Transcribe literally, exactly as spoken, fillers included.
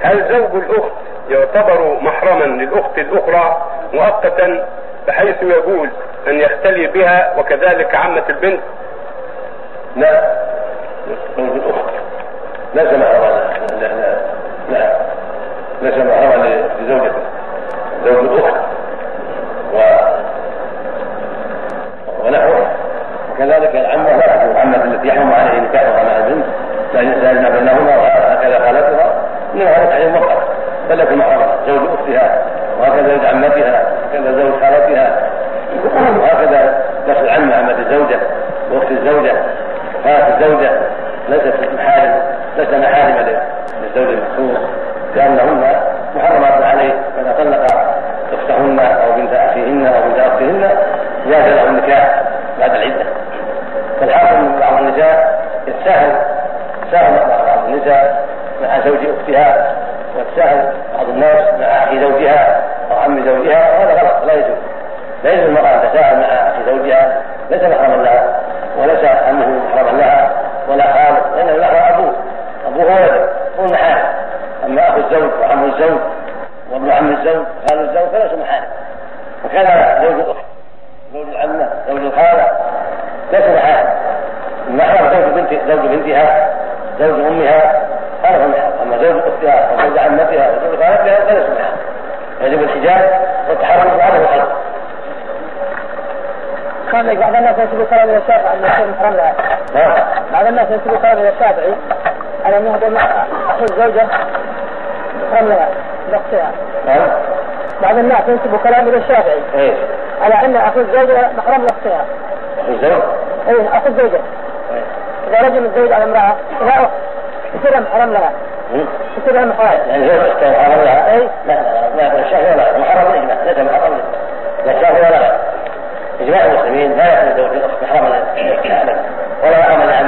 هل زوج الأخت يعتبر محرما للأخت الأخرى مؤقتا بحيث يجوز أن يختلي بها وكذلك عمة البنت؟ لا، زوج الأخت ليس محرما، لا ليس محرما لزوجته. زوج الأخت و... ونحوه، وكذلك العمة لا تكون العمة التي يحرم عليه نكاحها مع البنت لا بينهما وهكذا خالتها، انما هذا تحريم مطلق، بل يكون محرما زوج اختها وهكذا زوج عمتها وهكذا زوج خالتها وهكذا نفس العمة عمة الزوجة واخت الزوجة خالة الزوجة ليست محارم ليس محارم للزوج المخصوص، لأنهن محرمات عليه فإذا طلق اختهن أو بنت أخيهن أو بنت أختهن جاز له النكاح بعد العدة. فالحاصل من بعض النساء يتساهل ساهل بعض النساء مع زوج أختها وتساهل بعض الناس مع أخي زوجها أو عم زوجها، وهذا غلط لا يجوز. لا يجوز المرأة أن تساهل مع أخي زوجها، ليس محرما لها وليس عمه محرما لها ولا خالد، لأنه له أبوه أبوه ولده هو محارم. أما أخو الزوج وعم الزوج وابن عم الزوج وخال الزوج فليسوا محارم، وكذا زوج الأخت زوج العمة زوج الخالة ليسوا محارم. المحرم زوج بنت زوج بنتها زوج أمها هذا هو المحرم، أما زوج أختها وزوج عمتها وزوج خالتها فليسوا محارم. يجب الحجاب والتحرم وهذا هو الحرم. كان بعض الناس ينسبوا كلام الى الشافعي انه يكون محرم لها. بعض الناس ينسبوا كلام الى الشافعي على انه هذا اخو الزوجه محرم لها باختها. بعض الناس ينسبوا كلام الى الشافعي على ان اخو الزوجه محرم لاختها. اخو الزوج؟ اي اخو الزوجه. اذا رجل الزوج على امراه لها اخت يصير محرم لها. يصير لها محرم. يعني زوج اختها محرم لها؟ اي لا لا الشافعي ولا محرم لها، ليس محرم لها. لا الشافعي ولا غيره. إجماع المسلمين لا يكون زوج الأخت محرما ولا يعمل عن